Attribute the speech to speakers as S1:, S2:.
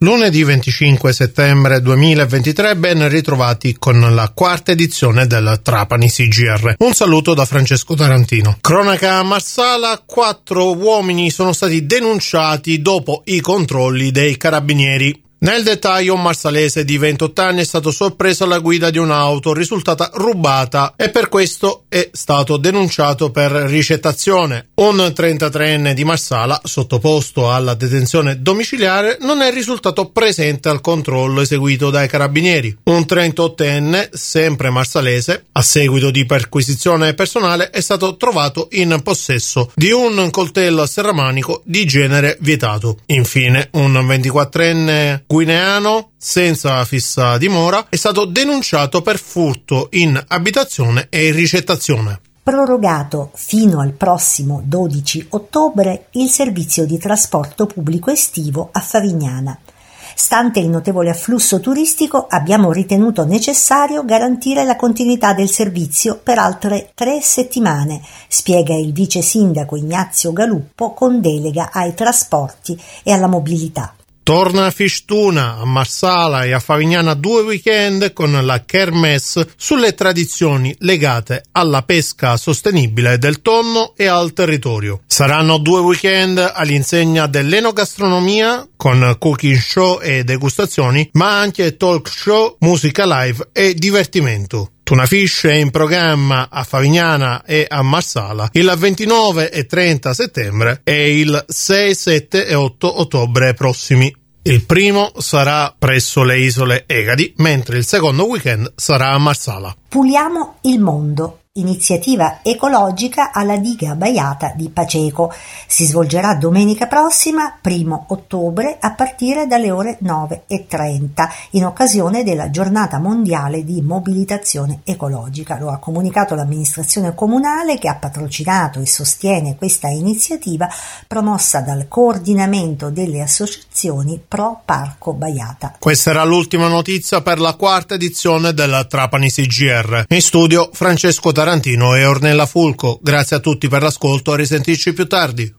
S1: Lunedì 25 settembre 2023, ben ritrovati con la quarta edizione del Trapani CGR. Un saluto da Francesco Tarantino. Cronaca a Marsala: 4 uomini sono stati denunciati dopo i controlli dei carabinieri. Nel dettaglio, un marsalese di 28 anni è stato sorpreso alla guida di un'auto risultata rubata e per questo è stato denunciato per ricettazione. Un 33enne di Marsala, sottoposto alla detenzione domiciliare, non è risultato presente al controllo eseguito dai carabinieri. Un 38enne, sempre marsalese, a seguito di perquisizione personale, è stato trovato in possesso di un coltello a serramanico di genere vietato. Infine, un 24enne guineano senza fissa dimora è stato denunciato per furto in abitazione e ricettazione.
S2: Prorogato fino al prossimo 12 ottobre il servizio di trasporto pubblico estivo a Favignana. Stante il notevole afflusso turistico, abbiamo ritenuto necessario garantire la continuità del servizio per altre 3 settimane, spiega il vice sindaco Ignazio Galuppo con delega ai trasporti e alla mobilità.
S1: Torna a Fishtuna, a Marsala e a Favignana 2 weekend con la Kermesse sulle tradizioni legate alla pesca sostenibile del tonno e al territorio. Saranno 2 weekend all'insegna dell'enogastronomia con cooking show e degustazioni, ma anche talk show, musica live e divertimento. Tuna Fish è in programma a Favignana e a Marsala il 29 e 30 settembre e il 6, 7 e 8 ottobre prossimi. Il primo sarà presso le isole Egadi, mentre il secondo weekend sarà a Marsala.
S2: Puliamo il mondo. Iniziativa ecologica alla diga Baiata di Paceco. Si svolgerà domenica prossima, 1 ottobre, a partire dalle ore 9:30, in occasione della giornata mondiale di mobilitazione ecologica. Lo ha comunicato l'amministrazione comunale, che ha patrocinato e sostiene questa iniziativa promossa dal coordinamento delle associazioni Pro Parco Baiata.
S1: Questa era l'ultima notizia per la quarta edizione del Trapani CGR. In studio Francesco Tarantino e Ornella Fulco. Grazie a tutti per l'ascolto, a risentirci più tardi.